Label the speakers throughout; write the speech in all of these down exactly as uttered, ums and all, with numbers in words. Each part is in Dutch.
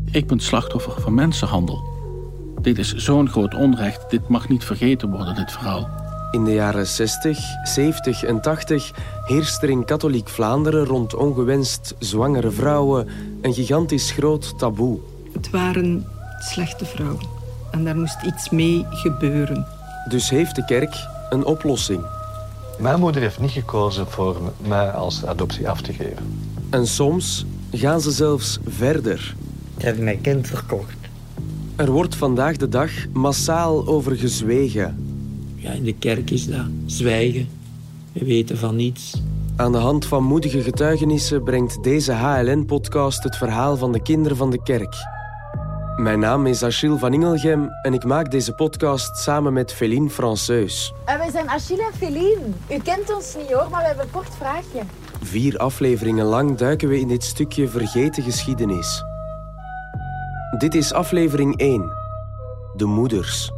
Speaker 1: Ik ben slachtoffer van mensenhandel. Dit is zo'n groot onrecht. Dit mag niet vergeten worden, dit verhaal.
Speaker 2: In de jaren zestig, zeventig en tachtig heerst er in katholiek Vlaanderen rond ongewenst zwangere vrouwen een gigantisch groot taboe.
Speaker 3: Het waren slechte vrouwen en daar moest iets mee gebeuren.
Speaker 2: Dus heeft de kerk een oplossing.
Speaker 4: Mijn moeder heeft niet gekozen voor mij als adoptie af te geven.
Speaker 2: En soms gaan ze zelfs verder.
Speaker 5: Ze hebben mijn kind verkocht.
Speaker 2: Er wordt vandaag de dag massaal over gezwegen.
Speaker 6: Ja, in de kerk is dat zwijgen. We weten van niets.
Speaker 2: Aan de hand van moedige getuigenissen brengt deze H L N-podcast het verhaal van de kinderen van de kerk. Mijn naam is Achille van Ingelgem en ik maak deze podcast samen met Féline Franceus.
Speaker 7: En wij zijn Achille en Féline. U kent ons niet hoor, maar we hebben een kort vraagje.
Speaker 2: Vier afleveringen lang duiken we in dit stukje vergeten geschiedenis. Dit is aflevering één. De moeders.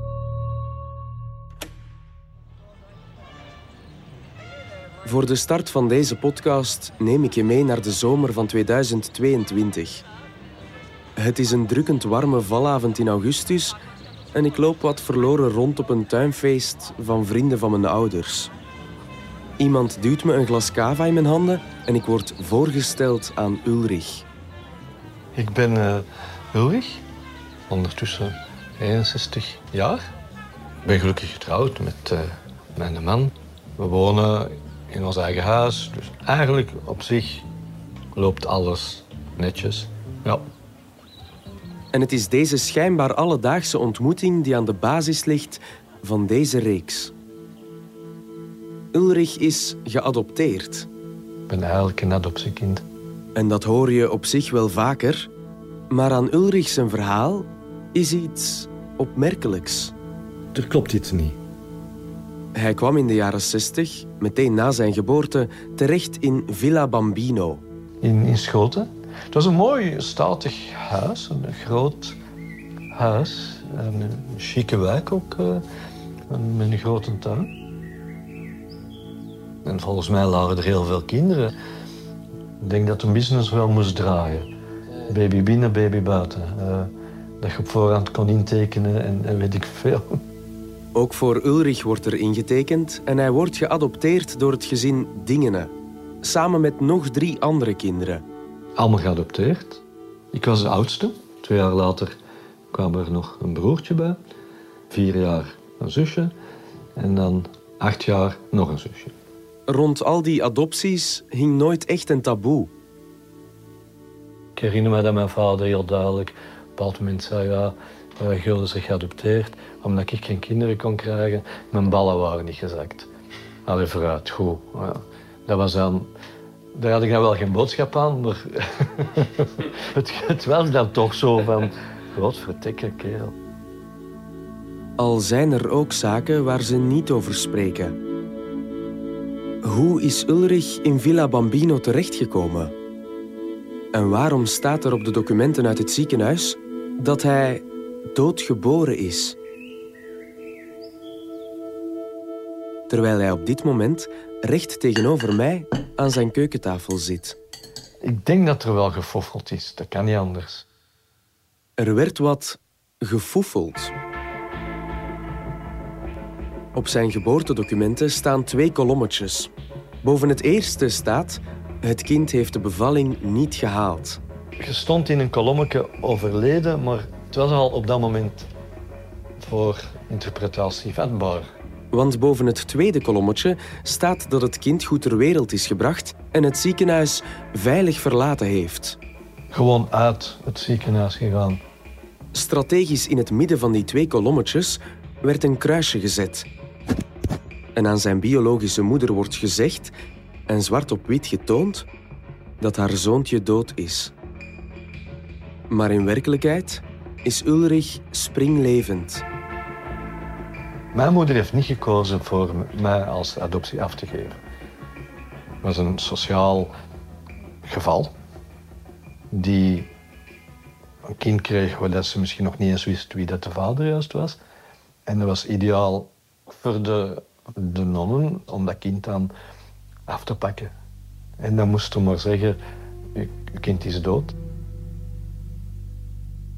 Speaker 2: Voor de start van deze podcast neem ik je mee naar de zomer van tweeduizend tweeëntwintig. Het is een drukkend warme valavond in augustus en ik loop wat verloren rond op een tuinfeest van vrienden van mijn ouders. Iemand duwt me een glas cava in mijn handen en ik word voorgesteld aan Ulrich.
Speaker 4: Ik ben uh, Ulrich, ondertussen eenenzestig jaar. Ik ben gelukkig getrouwd met uh, mijn man. We wonen in ons eigen huis, dus eigenlijk op zich loopt alles netjes. Ja.
Speaker 2: En het is deze schijnbaar alledaagse ontmoeting die aan de basis ligt van deze reeks. Ulrich is geadopteerd.
Speaker 4: Ik ben eigenlijk een adoptiekind.
Speaker 2: En dat hoor je op zich wel vaker. Maar aan Ulrich zijn verhaal is iets opmerkelijks.
Speaker 4: Er klopt iets niet.
Speaker 2: Hij kwam in de jaren zestig, meteen na zijn geboorte, terecht in Villa Bambino.
Speaker 4: In, in Schoten. Het was een mooi, statig huis, een groot huis. Een chique wijk ook, uh, met een grote tuin. En volgens mij lagen er heel veel kinderen. Ik denk dat een business wel moest draaien. Baby binnen, baby buiten. Uh, dat je op voorhand kon intekenen en, en weet ik veel.
Speaker 2: Ook voor Ulrich wordt er ingetekend en hij wordt geadopteerd door het gezin Dingene. Samen met nog drie andere kinderen.
Speaker 4: Allemaal geadopteerd. Ik was de oudste. Twee jaar later kwam er nog een broertje bij. Vier jaar een zusje. En dan acht jaar nog een zusje.
Speaker 2: Rond al die adopties hing nooit echt een taboe.
Speaker 4: Ik herinner me dat mijn vader heel duidelijk op een bepaald moment zei... ja, Gulden is geadopteerd omdat ik geen kinderen kon krijgen. Mijn ballen waren niet gezakt. Allee, vooruit, goed. Ja, dat was dan... Daar had ik nou wel geen boodschap aan, maar het, het was dan toch zo van... Godverdikke kerel.
Speaker 2: Al zijn er ook zaken waar ze niet over spreken. Hoe is Ulrich in Villa Bambino terechtgekomen? En waarom staat er op de documenten uit het ziekenhuis dat hij doodgeboren is? Terwijl hij op dit moment recht tegenover mij aan zijn keukentafel zit.
Speaker 4: Ik denk dat er wel gefoffeld is, dat kan niet anders.
Speaker 2: Er werd wat gefoefeld. Op zijn geboortedocumenten staan twee kolommetjes. Boven het eerste staat: het kind heeft de bevalling niet gehaald.
Speaker 4: Je stond in een kolommetje overleden, maar het was al op dat moment voor interpretatie vatbaar.
Speaker 2: Want boven het tweede kolommetje staat dat het kind goed ter wereld is gebracht en het ziekenhuis veilig verlaten heeft.
Speaker 4: Gewoon uit het ziekenhuis gegaan.
Speaker 2: Strategisch in het midden van die twee kolommetjes werd een kruisje gezet. En aan zijn biologische moeder wordt gezegd, en zwart op wit getoond, dat haar zoontje dood is. Maar in werkelijkheid is Ulrich springlevend.
Speaker 4: Mijn moeder heeft niet gekozen voor mij als adoptie af te geven. Het was een sociaal geval die een kind kreeg waar ze misschien nog niet eens wist wie dat de vader juist was. En dat was ideaal voor de, de nonnen om dat kind dan af te pakken. En dan moesten we maar zeggen, je kind is dood.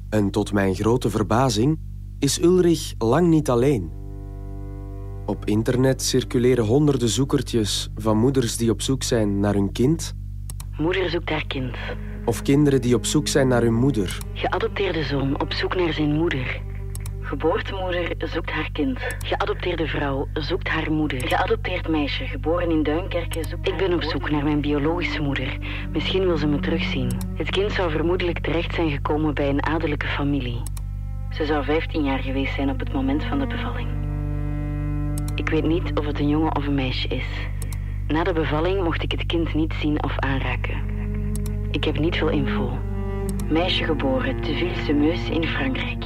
Speaker 2: En tot mijn grote verbazing is Ulrich lang niet alleen. Op internet circuleren honderden zoekertjes van moeders die op zoek zijn naar hun kind.
Speaker 8: Moeder zoekt haar kind.
Speaker 2: Of kinderen die op zoek zijn naar hun moeder.
Speaker 8: Geadopteerde zoon op zoek naar zijn moeder. Geboortemoeder zoekt haar kind. Geadopteerde vrouw zoekt haar moeder. Geadopteerd meisje, geboren in Duinkerke, zoekt... Ik ben op zoek naar mijn biologische moeder. Misschien wil ze me terugzien. Het kind zou vermoedelijk terecht zijn gekomen bij een adellijke familie. Ze zou vijftien jaar geweest zijn op het moment van de bevalling. Ik weet niet of het een jongen of een meisje is. Na de bevalling mocht ik het kind niet zien of aanraken. Ik heb niet veel info. Meisje geboren te Ville-Semeuse in Frankrijk.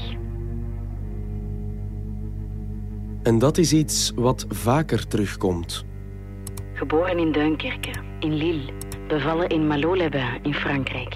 Speaker 2: En dat is iets wat vaker terugkomt.
Speaker 8: Geboren in Duinkerke, in Lille. Bevallen in Malo-les-Bains in Frankrijk.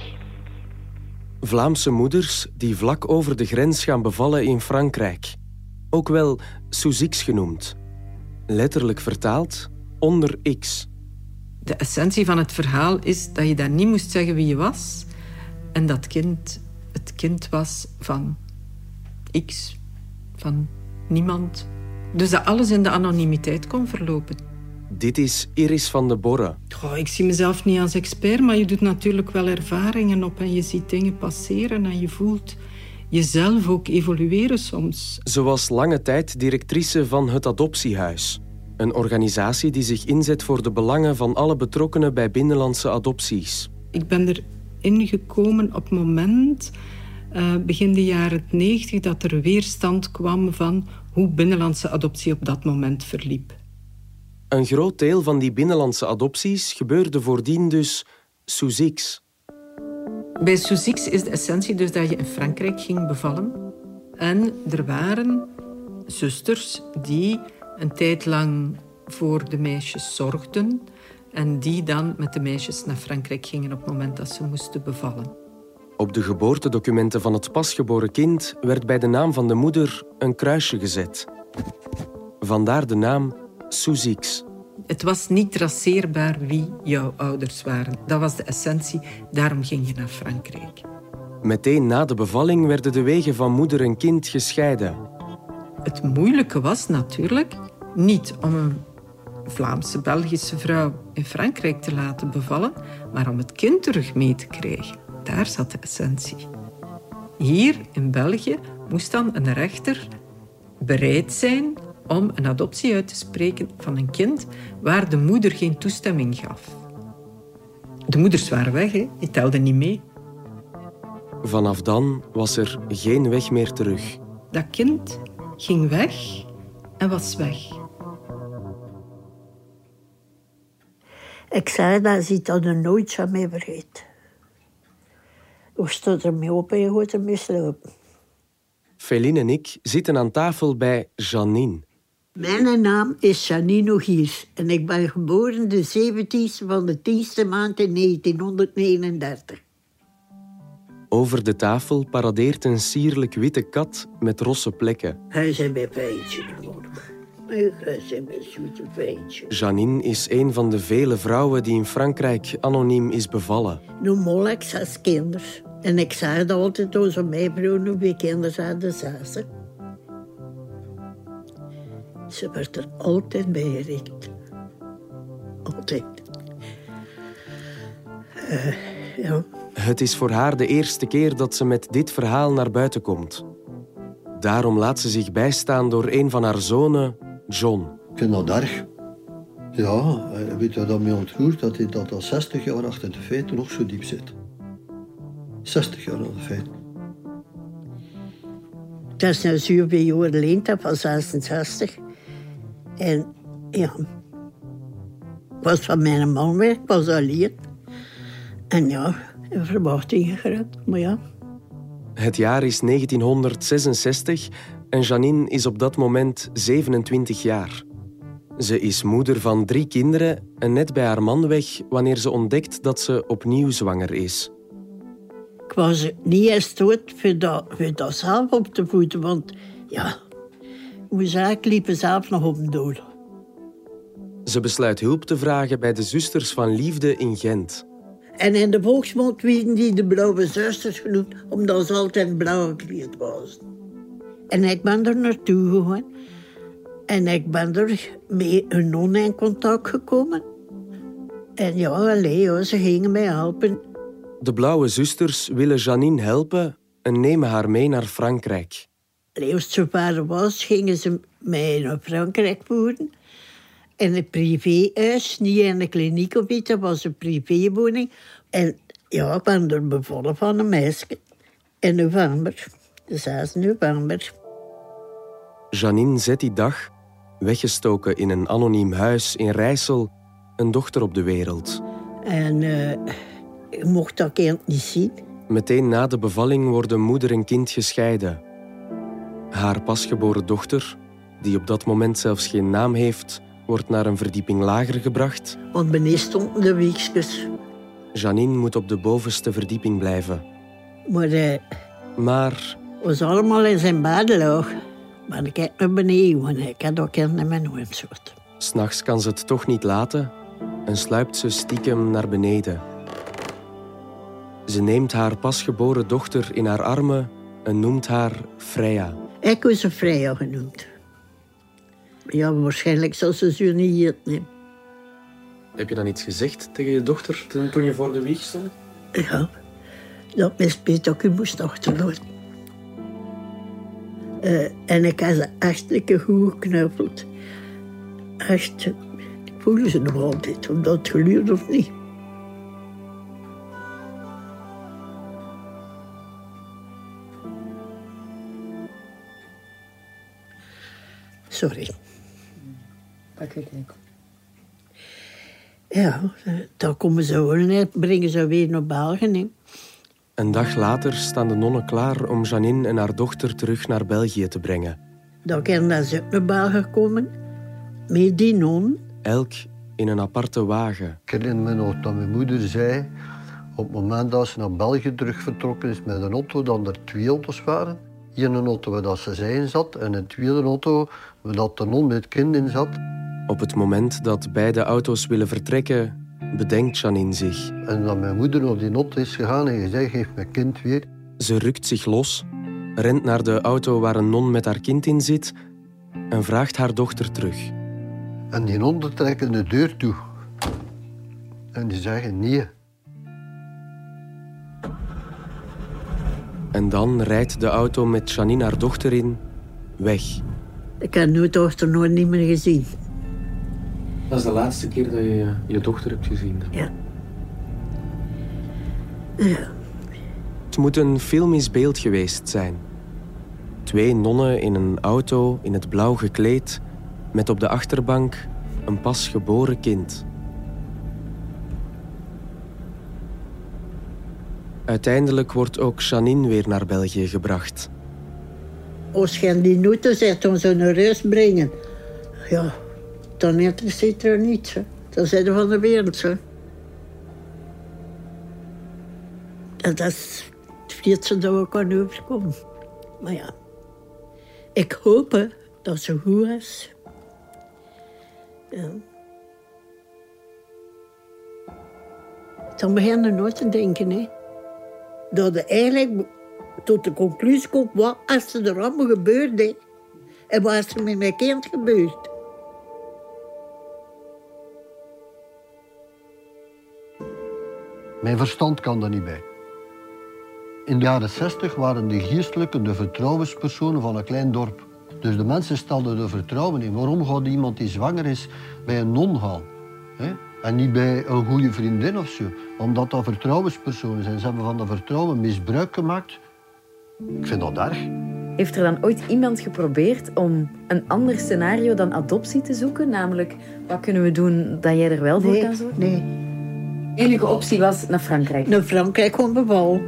Speaker 2: Vlaamse moeders die vlak over de grens gaan bevallen in Frankrijk. Ook wel sous X genoemd. Letterlijk vertaald onder X.
Speaker 3: De essentie van het verhaal is dat je daar niet moest zeggen wie je was. En dat kind het kind was van X, van niemand. Dus dat alles in de anonimiteit kon verlopen.
Speaker 2: Dit is Iris van de Borre.
Speaker 3: Goh, ik zie mezelf niet als expert, maar je doet natuurlijk wel ervaringen op en je ziet dingen passeren en je voelt jezelf ook evolueren soms.
Speaker 2: Ze was lange tijd directrice van het Adoptiehuis. Een organisatie die zich inzet voor de belangen van alle betrokkenen bij binnenlandse adopties.
Speaker 3: Ik ben erin gekomen op het moment, uh, begin de jaren negentig, dat er weerstand kwam van hoe binnenlandse adoptie op dat moment verliep.
Speaker 2: Een groot deel van die binnenlandse adopties gebeurde voordien dus sous X.
Speaker 3: Bij sous X is de essentie dus dat je in Frankrijk ging bevallen. En er waren zusters die een tijd lang voor de meisjes zorgden en die dan met de meisjes naar Frankrijk gingen op het moment dat ze moesten bevallen.
Speaker 2: Op de geboortedocumenten van het pasgeboren kind werd bij de naam van de moeder een kruisje gezet. Vandaar de naam sous X.
Speaker 3: Het was niet traceerbaar wie jouw ouders waren. Dat was de essentie, daarom ging je naar Frankrijk.
Speaker 2: Meteen na de bevalling werden de wegen van moeder en kind gescheiden.
Speaker 3: Het moeilijke was natuurlijk niet om een Vlaamse, Belgische vrouw in Frankrijk te laten bevallen, maar om het kind terug mee te krijgen. Daar zat de essentie. Hier in België moest dan een rechter bereid zijn om een adoptie uit te spreken van een kind waar de moeder geen toestemming gaf. De moeders waren weg, hè? Die telden niet mee.
Speaker 2: Vanaf dan was er geen weg meer terug.
Speaker 3: Dat kind ging weg en was weg.
Speaker 9: Ik zei dat ze dat er nooit zou meer vergeten. Ik stond er mee op en je gaat er mee slapen.
Speaker 2: Féline en ik zitten aan tafel bij Janine.
Speaker 9: Mijn naam is Janine Ogiers en ik ben geboren de zeventiende van de tiende maand in negentienhonderdnegenendertig.
Speaker 2: Over de tafel paradeert een sierlijk witte kat met rosse plekken.
Speaker 9: Hij is mijn feitje geworden. Hij is mijn zoete feitje.
Speaker 2: Janine is een van de vele vrouwen die in Frankrijk anoniem is bevallen.
Speaker 9: Nu mol ik zes kinderen. En ik zei dat altijd onze mijn broer, hoeveel kinderen hadden zes. Ze werd er altijd bij gericht. Altijd. Uh, ja.
Speaker 2: Het is voor haar de eerste keer dat ze met dit verhaal naar buiten komt. Daarom laat ze zich bijstaan door een van haar zonen, John.
Speaker 10: Ik vind dat erg. Ja, weet je dat mij ontroert dat hij dat al zestig jaar achter de feiten nog zo diep zit. zestig jaar achter de feiten.
Speaker 9: Dat is nou zoveel jaar geleden, van zesenzestig. En ja, ik was van mijn man weg, ik was alleen. En ja, een verwachting gehad, maar ja.
Speaker 2: Het jaar is negentienhonderdzesenzestig en Janine is op dat moment zevenentwintig jaar. Ze is moeder van drie kinderen en net bij haar man weg wanneer ze ontdekt dat ze opnieuw zwanger is.
Speaker 9: Ik was niet eens dood voor dat, voor dat zelf op te voeden, want ja, ik moest eigenlijk liepen zelf nog op een doel.
Speaker 2: Ze besluit hulp te vragen bij de Zusters van Liefde in Gent.
Speaker 9: En in de volksmond werden die de blauwe zusters genoemd, omdat ze altijd blauw gekleed was. En ik ben er naartoe gegaan. En ik ben er met een non in contact gekomen. En ja, allee, ja, ze gingen mij helpen.
Speaker 2: De blauwe zusters willen Janine helpen en nemen haar mee naar Frankrijk.
Speaker 9: Als het zover was, gingen ze mij naar Frankrijk voeren. In een privéhuis, niet in een kliniek of iets, dat was een privéwoning. En ja, ik ben er bevallen van een meisje in november, de zes november.
Speaker 2: Janine zet die dag, weggestoken in een anoniem huis in Rijssel, een dochter op de wereld.
Speaker 9: En uh, ik mocht dat kind niet zien.
Speaker 2: Meteen na de bevalling worden moeder en kind gescheiden. Haar pasgeboren dochter, die op dat moment zelfs geen naam heeft, wordt naar een verdieping lager gebracht.
Speaker 9: Want beneden stonden de wiekjes.
Speaker 2: Janine moet op de bovenste verdieping blijven.
Speaker 9: Maar... Uh,
Speaker 2: maar...
Speaker 9: was allemaal in zijn bed lag. Maar ik kijk naar beneden, want ik had ook kind in mijn hoofd zat.
Speaker 2: 'S Nachts kan ze het toch niet laten en sluipt ze stiekem naar beneden. Ze neemt haar pasgeboren dochter in haar armen en noemt haar Freya.
Speaker 9: Ik was ze Freya genoemd. Ja, waarschijnlijk zal ze zo niet eten.
Speaker 2: Heb je dan iets gezegd tegen je dochter toen je voor de wieg stond?
Speaker 9: Ja, dat mijn speet ook u moest achterlaten. Uh, en ik heb ze echt een keer goed geknuffeld. Echt, ik voelde ze nog altijd, of dat geluid of niet. Sorry.
Speaker 11: Dat weet ik.
Speaker 9: Ja, dan komen ze wel, brengen ze weer naar België. Hè.
Speaker 2: Een dag later staan de nonnen klaar om Janine en haar dochter terug naar België te brengen.
Speaker 9: Dan kunnen ze ook naar België komen, met die non.
Speaker 2: Elk in een aparte wagen.
Speaker 10: Ik herinner me nog dat mijn moeder zei, op het moment dat ze naar België terug vertrokken is met een auto, dat er twee auto's waren. Hier een auto waar dat ze zij in zat en een tweede auto waar dat de non met het kind in zat.
Speaker 2: Op het moment dat beide auto's willen vertrekken, bedenkt Janine zich.
Speaker 10: En dat mijn moeder naar die auto is gegaan en gezegd, geef mijn kind weer.
Speaker 2: Ze rukt zich los, rent naar de auto waar een non met haar kind in zit en vraagt haar dochter terug.
Speaker 10: En die non trekken de deur toe. En die zeggen nee.
Speaker 2: En dan rijdt de auto met Janine haar dochter in weg.
Speaker 9: Ik heb mijn dochter nooit niet meer gezien.
Speaker 2: Dat is de laatste keer dat je je dochter hebt gezien?
Speaker 9: Ja. Ja.
Speaker 2: Het moet een filmisch beeld geweest zijn. Twee nonnen in een auto in het blauw gekleed, met op de achterbank een pasgeboren kind. Uiteindelijk wordt ook Janine weer naar België gebracht.
Speaker 9: Als je die auto zegt om ze naar huis brengen, ja, dan interesseert er niets. Hè. Dan zijn ze van de wereld. Hè. En dat is het vreedste dat we kan overkomen. Maar ja, ik hoop dat ze goed is. Ja. Dan begin je nooit te denken, hè. Dat je eigenlijk tot de conclusie komt, wat is er allemaal gebeurd, hè? En wat is er met mijn kind gebeurd?
Speaker 10: Mijn verstand kan er niet bij. In de jaren zestig waren de geestelijken de vertrouwenspersonen van een klein dorp. Dus de mensen stelden er vertrouwen in. Waarom gaat iemand die zwanger is bij een non gaan? Hè? En niet bij een goede vriendin of zo. Omdat dat vertrouwenspersonen zijn. Ze hebben van dat vertrouwen misbruik gemaakt. Ik vind dat erg.
Speaker 11: Heeft er dan ooit iemand geprobeerd om een ander scenario dan adoptie te zoeken? Namelijk, wat kunnen we doen dat jij er wel voor
Speaker 9: nee,
Speaker 11: kan zorgen?
Speaker 9: Nee.
Speaker 11: De enige optie was naar Frankrijk.
Speaker 9: Naar Frankrijk gewoon bevallen.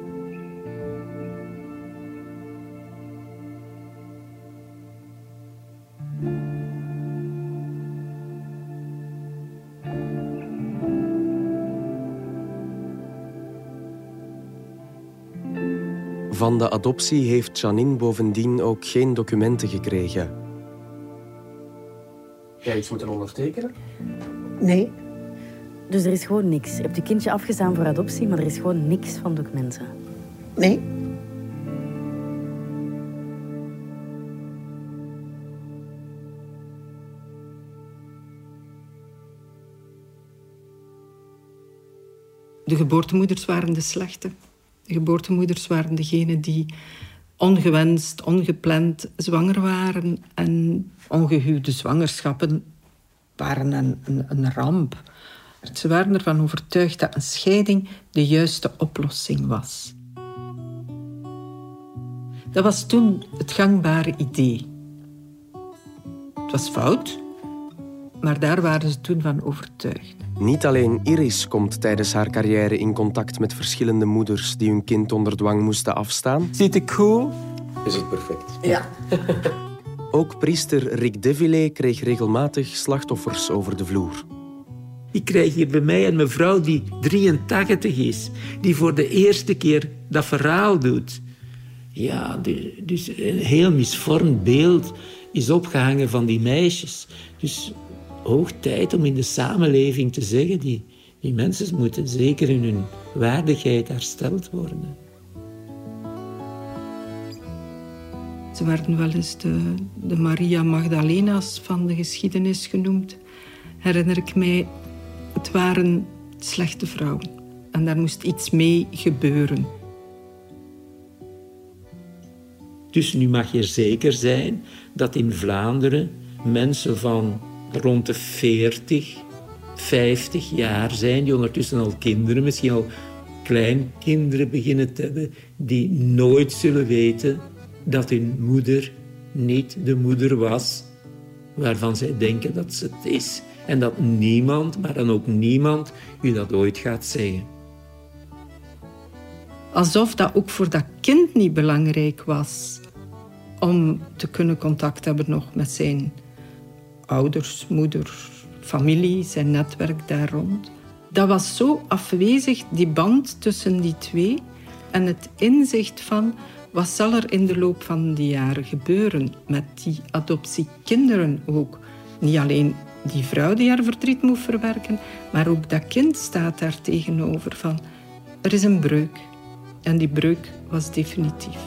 Speaker 2: Van de adoptie heeft Janine bovendien ook geen documenten gekregen.
Speaker 12: Jij iets moeten ondertekenen?
Speaker 9: Nee.
Speaker 11: Dus er is gewoon niks. Je hebt je kindje afgestaan voor adoptie, maar er is gewoon niks van documenten.
Speaker 9: Nee.
Speaker 3: De geboortemoeders waren de slechte. De geboortemoeders waren degenen die ongewenst, ongepland zwanger waren. En ongehuwde zwangerschappen waren een, een, een ramp. Ze waren ervan overtuigd dat een scheiding de juiste oplossing was. Dat was toen het gangbare idee. Het was fout, maar daar waren ze toen van overtuigd.
Speaker 2: Niet alleen Iris komt tijdens haar carrière in contact met verschillende moeders die hun kind onder dwang moesten afstaan.
Speaker 6: Zit ik goed?
Speaker 2: Je zit perfect.
Speaker 9: Ja.
Speaker 2: Ook priester Rick Devillé kreeg regelmatig slachtoffers over de vloer.
Speaker 6: Ik krijg hier bij mij een mevrouw die drieëntachtig is, die voor de eerste keer dat verhaal doet. Ja, dus een heel misvormd beeld is opgehangen van die meisjes. Dus hoog tijd om in de samenleving te zeggen, die, die mensen moeten zeker in hun waardigheid hersteld worden.
Speaker 3: Ze werden wel eens de, de Maria Magdalena's van de geschiedenis genoemd. Herinner ik mij, het waren slechte vrouwen. En daar moest iets mee gebeuren.
Speaker 6: Dus nu mag je zeker zijn dat in Vlaanderen mensen van rond de veertig, vijftig jaar zijn, die ondertussen al kinderen, misschien al kleinkinderen beginnen te hebben, die nooit zullen weten dat hun moeder niet de moeder was waarvan zij denken dat ze het is. En dat niemand, maar dan ook niemand, u dat ooit gaat zeggen.
Speaker 3: Alsof dat ook voor dat kind niet belangrijk was om te kunnen contact hebben nog met zijn ouders, moeder, familie, zijn netwerk daar rond. Dat was zo afwezig, die band tussen die twee en het inzicht van wat zal er in de loop van die jaren gebeuren met die adoptiekinderen ook. Niet alleen die vrouw die haar verdriet moet verwerken, maar ook dat kind staat daar tegenover van er is een breuk. En die breuk was definitief.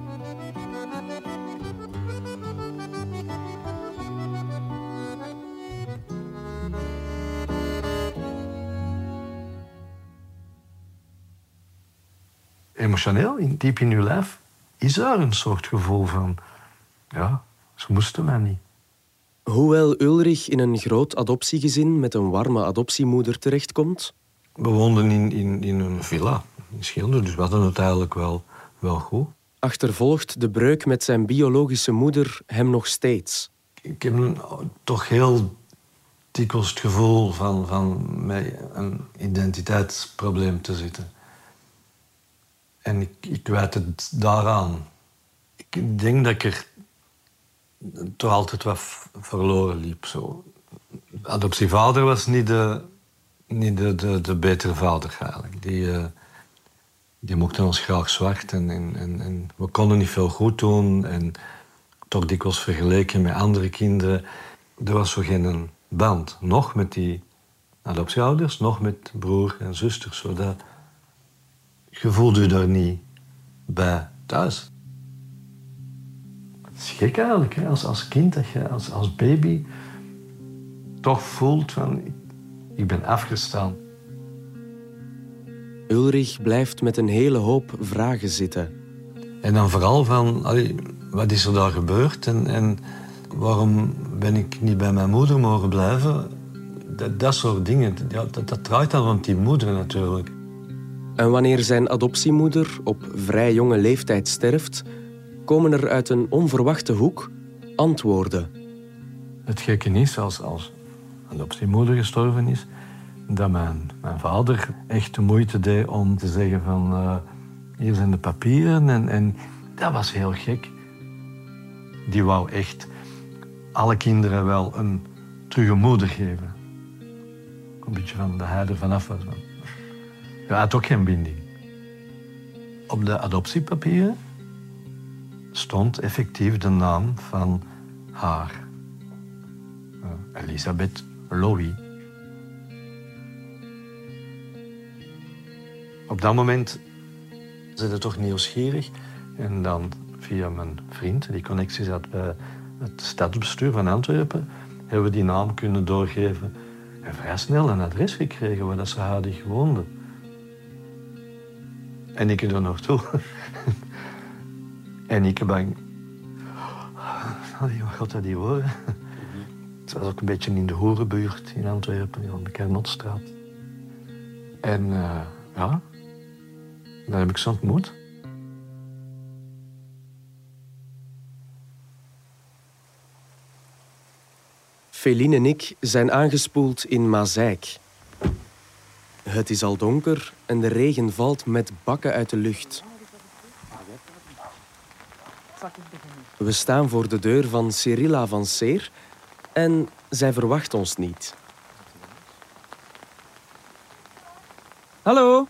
Speaker 4: Emotioneel, diep in je lijf, is daar een soort gevoel van... Ja, ze moesten mij niet.
Speaker 2: Hoewel Ulrich in een groot adoptiegezin met een warme adoptiemoeder terechtkomt...
Speaker 4: We woonden in, in, in een villa in Schilder, dus we hadden het eigenlijk wel, wel goed.
Speaker 2: Achtervolgt de breuk met zijn biologische moeder hem nog steeds.
Speaker 4: Ik heb een, toch heel dikwijls het gevoel van, van met een identiteitsprobleem te zitten. En ik, ik wijt het daaraan. Ik denk dat ik er toch altijd wat verloren liep. Zo. Adoptievader was niet de, niet de, de, de betere vader eigenlijk. Die, uh, die mochten ons graag zwart en, en, en, en we konden niet veel goed doen. En toch dikwijls vergeleken met andere kinderen. Er was zo geen band. Nog met die adoptieouders, nog met broer en zuster. Zodat je voelde je daar niet bij thuis. Het is gek eigenlijk, hè? Als, als kind, dat je als, als baby toch voelt van... Ik, ik ben afgestaan.
Speaker 2: Ulrich blijft met een hele hoop vragen zitten.
Speaker 4: En dan vooral van, allee, wat is er daar gebeurd? En, en waarom ben ik niet bij mijn moeder mogen blijven? Dat, dat soort dingen, ja, dat, dat draait dan rond die moeder natuurlijk.
Speaker 2: En wanneer zijn adoptiemoeder op vrij jonge leeftijd sterft, komen er uit een onverwachte hoek antwoorden.
Speaker 4: Het gekke is, als, als adoptiemoeder gestorven is, dat mijn, mijn vader echt de moeite deed om te zeggen van... Uh, hier zijn de papieren. En, en dat was heel gek. Die wou echt alle kinderen wel een terug een moeder geven. Een beetje van de hij er vanaf was. Hij had ook geen binding. Op de adoptiepapieren stond effectief de naam van haar. Uh, Elisabeth Louis. Op dat moment zijn ze toch nieuwsgierig. En dan via mijn vriend, die connecties had bij het stadsbestuur van Antwerpen, hebben we die naam kunnen doorgeven. En vrij snel een adres gekregen waar dat ze huidig woonde. En ik er naartoe. En ik bang. Wat gaat dat niet worden? Het was ook een beetje in de hoerenbuurt in Antwerpen, aan de Carnotstraat. En uh, ja, daar heb ik ze ontmoet.
Speaker 2: Feline en ik zijn aangespoeld in Mazeik. Het is al donker en de regen valt met bakken uit de lucht. We staan voor de deur van Cyrilla van Seer en zij verwacht ons niet. Hallo?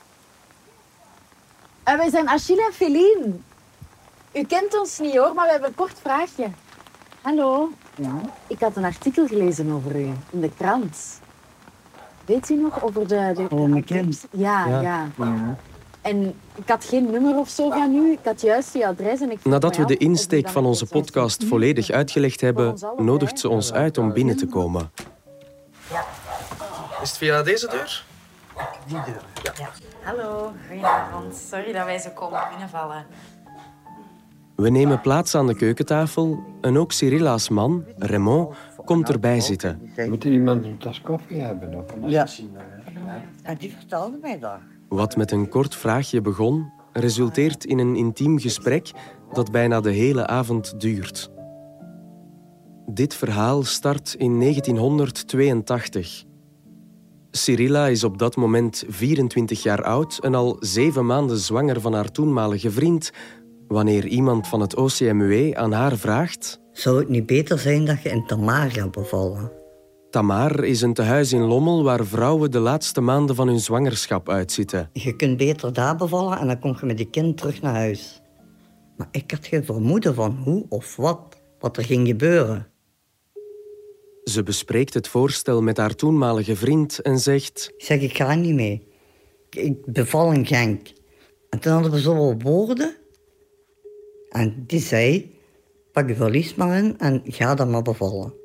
Speaker 7: Uh, wij zijn Achille en Feline. U kent ons niet hoor, maar we hebben een kort vraagje. Hallo?
Speaker 11: Ja? Ik had een artikel gelezen over u in de krant. Weet u nog over de... de
Speaker 5: Over mijn kind?
Speaker 11: Ja, ja, ja, ja. En ik had geen nummer of zo van u. Ik had juist die adres en ik...
Speaker 2: Nadat we de insteek van onze podcast volledig uitgelegd hebben, nodigt ze ons uit om binnen te komen.
Speaker 7: Ja.
Speaker 2: Is het via deze deur?
Speaker 5: Die deur.
Speaker 11: Ja. Ja. Hallo, goedenavond. Sorry dat wij zo komen binnenvallen.
Speaker 2: We nemen plaats aan de keukentafel en ook Cyrilla's man, Raymond, komt erbij zitten.
Speaker 12: Moet iemand een tas koffie hebben? Of een
Speaker 5: ja. En die vertelde mij dat.
Speaker 2: Wat met een kort vraagje begon, resulteert in een intiem gesprek dat bijna de hele avond duurt. Dit verhaal start in negentienhonderdtweeëntachtig. Cyrilla is op dat moment vierentwintig jaar oud en al zeven maanden zwanger van haar toenmalige vriend, wanneer iemand van het O C M U E aan haar vraagt...
Speaker 5: Zou het niet beter zijn dat je in Tamar gaat bevallen?
Speaker 2: Tamar is een tehuis in Lommel waar vrouwen de laatste maanden van hun zwangerschap uitzitten.
Speaker 5: Je kunt beter daar bevallen en dan kom je met je kind terug naar huis. Maar ik had geen vermoeden van hoe of wat, wat er ging gebeuren.
Speaker 2: Ze bespreekt het voorstel met haar toenmalige vriend en zegt...
Speaker 5: Ik zeg, ik ga niet mee. Ik beval in Genk. En toen hadden we zoveel woorden. En die zei, pak je valies maar in en ga dan maar bevallen.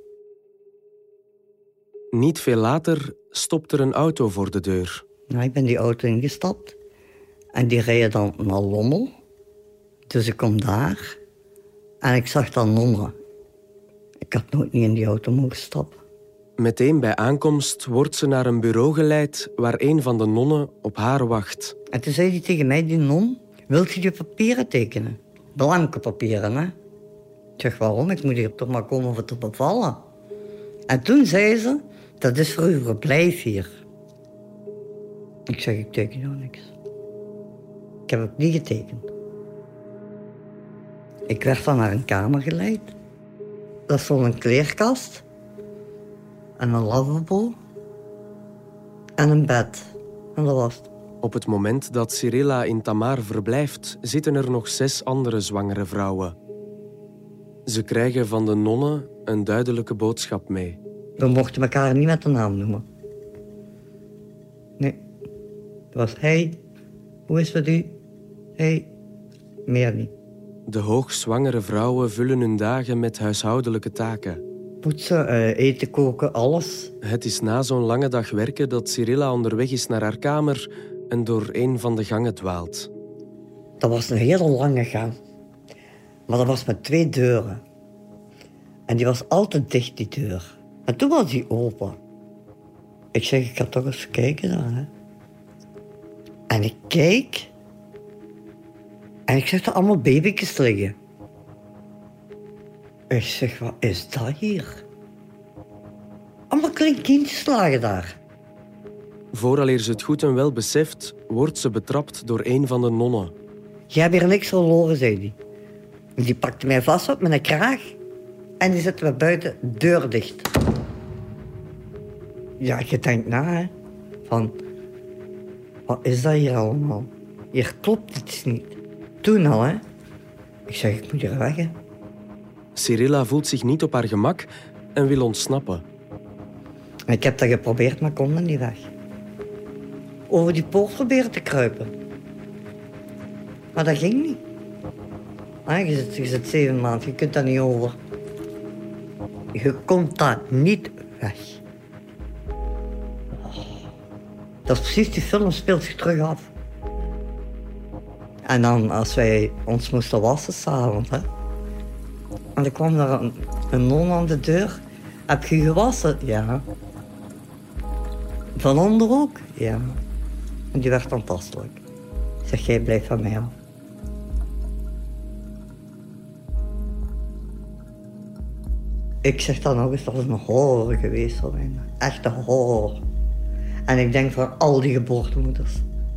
Speaker 2: Niet veel later stopt er een auto voor de deur.
Speaker 5: Nou, ik ben die auto ingestapt. En die rijden dan naar Lommel. Dus ik kom daar. En ik zag dan nonnen. Ik had nooit niet in die auto mogen stappen.
Speaker 2: Meteen bij aankomst wordt ze naar een bureau geleid waar een van de nonnen op haar wacht.
Speaker 5: En toen zei hij tegen mij, die non, wilt je je papieren tekenen? Blanke papieren, hè? Ik zeg, waarom? Ik moet hier toch maar komen om te bevallen. En toen zei ze, dat is voor uw verblijf hier. Ik zeg, ik teken jou niks. Ik heb ook niet getekend. Ik werd dan naar een kamer geleid. Dat stond een kleerkast. En een lavabo. En een bed. En dat was het.
Speaker 2: Op het moment dat Cyrilla in Tamar verblijft, zitten er nog zes andere zwangere vrouwen. Ze krijgen van de nonnen een duidelijke boodschap mee.
Speaker 5: We mochten elkaar niet met de naam noemen. Nee. Het was hij. Hoe is het u? Hij. Meer niet.
Speaker 2: De hoogzwangere vrouwen vullen hun dagen met huishoudelijke taken.
Speaker 5: Poetsen, uh, eten, koken, alles.
Speaker 2: Het is na zo'n lange dag werken dat Cyrilla onderweg is naar haar kamer en door een van de gangen dwaalt.
Speaker 5: Dat was een hele lange gang. Maar dat was met twee deuren. En die was altijd dicht, die deur. En toen was die open. Ik zeg, ik ga toch eens kijken dan, hè. En ik kijk. En ik zag er allemaal baby's liggen. Ik zeg, wat is dat hier? Allemaal kleine kindjes lagen daar.
Speaker 2: Vooraleer ze het goed en wel beseft, wordt ze betrapt door een van de nonnen.
Speaker 5: Je hebt hier niks verloren, zei hij. Die pakte mij vast op met een kraag. En die zette me buiten, deur dicht. Ja, je denkt na, hè. Van, wat is dat hier allemaal? Hier klopt iets niet. Toen al, hè. Ik zeg, ik moet hier weg, hè.
Speaker 2: Cyrilla voelt zich niet op haar gemak en wil ontsnappen.
Speaker 5: Ik heb dat geprobeerd, maar kon er niet weg. over die poort proberen te kruipen. Maar dat ging niet. Ah, je, zit, je zit zeven maanden, je kunt daar niet over. Je komt daar niet weg. Dat is precies, die film speelt zich terug af. En dan als wij ons moesten wassen s'avonds, hè. En er kwam daar een, een non aan de deur. Heb je gewassen? Ja. Van onder ook? Ja. En die werd fantastisch. Ik zeg, jij blijft van mij af. Ik zeg dan nog eens, dat is een horror geweest voor mij. Echte horror. En ik denk voor al die geboortemoeders.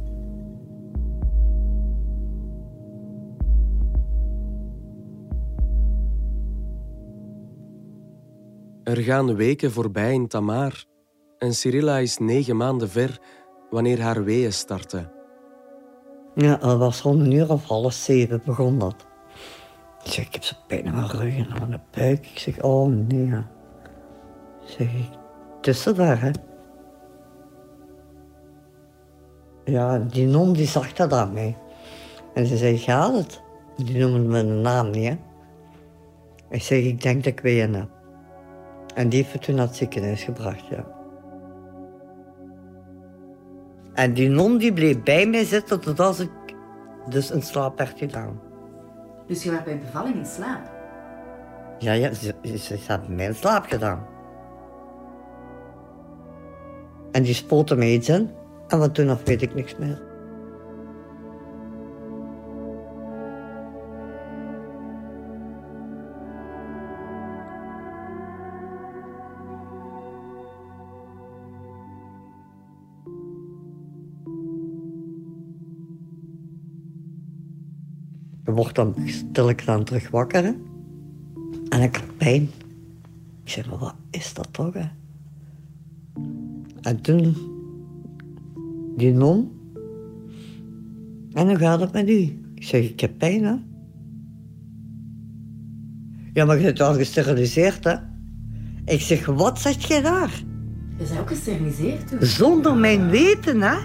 Speaker 2: Er gaan weken voorbij in Tamar en Cyrilla is negen maanden ver wanneer haar weeën starten.
Speaker 5: Ja, dat was rond een uur of half zeven begon dat. Ik zeg, ik heb zo pijn aan mijn rug en aan mijn buik. Ik zeg, oh nee. Ik zeg, tussen daar, hè. Ja, die non die zag dat aan mij. En ze zei, gaat het? Die noemde mijn naam niet, hè. Ik zeg, ik denk dat ik weeën heb. En die heeft me toen naar het ziekenhuis gebracht, ja. En die non die bleef bij mij zitten totdat ik dus in slaap werd gedaan.
Speaker 11: Dus je was bij bevalling in slaap?
Speaker 5: Ja, ja, ze, ze, ze hebben mij in slaap gedaan. En die spoten mij iets in. En wat toen af weet ik niks meer. Je wordt dan stilletjes aan terug wakker, hè? En ik had pijn. Ik zeg, maar wat is dat toch, hè? En toen, die non. En hoe gaat het met u? Ik zeg, ik heb pijn, hè? Ja, maar je bent wel gesteriliseerd, hè? Ik zeg, wat zeg je daar?
Speaker 11: Je bent ook gesteriliseerd, toen?
Speaker 5: Zonder mijn weten, hè?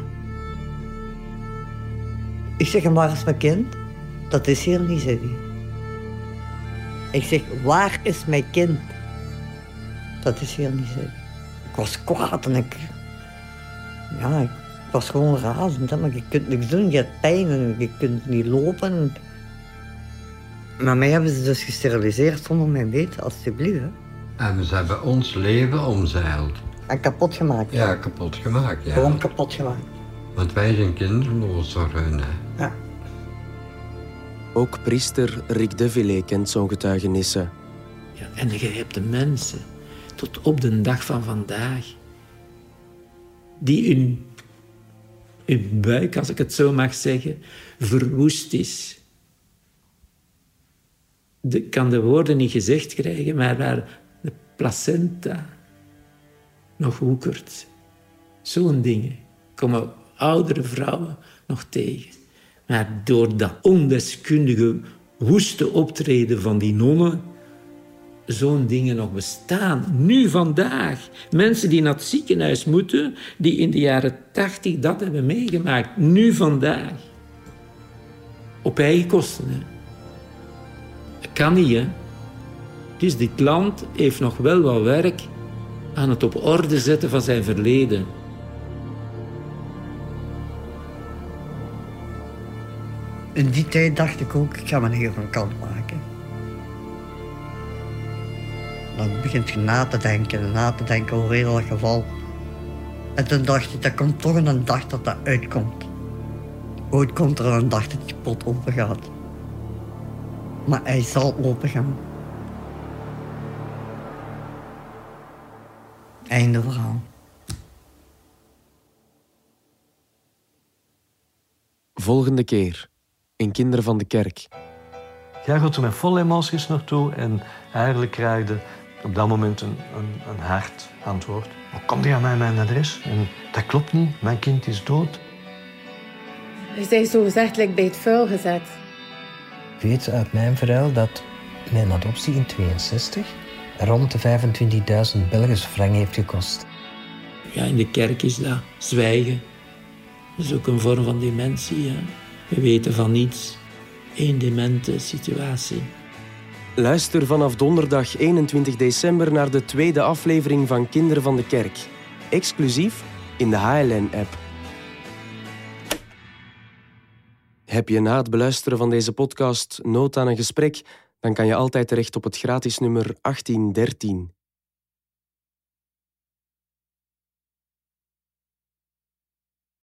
Speaker 5: Ik zeg, waar is mijn kind? Dat is hier niet, zei hij. Ik zeg, waar is mijn kind? Dat is hier niet, zei hij. Ik was kwaad en ik... Ja, ik was gewoon razend, hè, maar je kunt niks doen. Je hebt pijn en je kunt niet lopen. Maar mij hebben ze dus gesteriliseerd zonder mijn weten, alsjeblieft. Hè.
Speaker 12: En ze hebben ons leven omzeild.
Speaker 5: En kapot gemaakt.
Speaker 12: Ja, kapot gemaakt, ja.
Speaker 5: Gewoon kapot gemaakt.
Speaker 12: Want wij zijn kinderloos door hun, hè.
Speaker 5: Ja.
Speaker 2: Ook priester Rick de Villiers kent zo'n getuigenissen.
Speaker 6: Ja, en je hebt de mensen, tot op de dag van vandaag, die hun, hun buik, als ik het zo mag zeggen, verwoest is. Ik kan de woorden niet gezegd krijgen, maar waar de placenta nog woekert. Zo'n dingen komen oudere vrouwen nog tegen. Maar door dat ondeskundige, woeste optreden van die nonnen, zo'n dingen nog bestaan. Nu, vandaag. Mensen die naar het ziekenhuis moeten, die in de jaren tachtig dat hebben meegemaakt. Nu, vandaag. Op eigen kosten, hè. Dat kan niet, hè. Dus dit land heeft nog wel wat werk aan het op orde zetten van zijn verleden.
Speaker 5: In die tijd dacht ik ook, ik ga me hier van kant maken. Dan begint je na te denken en na te denken over heel dat geval. En toen dacht ik, dat komt toch een dag dat dat uitkomt. Ooit komt er een dag dat die pot open gaat. Maar hij zal open gaan. Einde verhaal.
Speaker 2: Volgende keer in Kinderen van de Kerk.
Speaker 4: Jij gaat er met volle emoties naartoe en eigenlijk krijg je op dat moment een, een, een hard antwoord. Hoe komt hij aan mij mijn adres? En dat klopt niet, mijn kind is dood.
Speaker 7: Je bent zo gezegd bij het vuil gezet.
Speaker 13: Ik weet uit mijn verhaal dat mijn adoptie in tweeënzestig rond de vijfentwintigduizend Belgische frank heeft gekost.
Speaker 6: Ja, in de kerk is dat zwijgen. Dat is ook een vorm van dementie. Ja. We weten van niets. Eén demente situatie.
Speaker 2: Luister vanaf donderdag eenentwintig december naar de tweede aflevering van Kinderen van de Kerk. Exclusief in de H L N-app. Heb je na het beluisteren van deze podcast nood aan een gesprek? Dan kan je altijd terecht op het gratis nummer achttien dertien.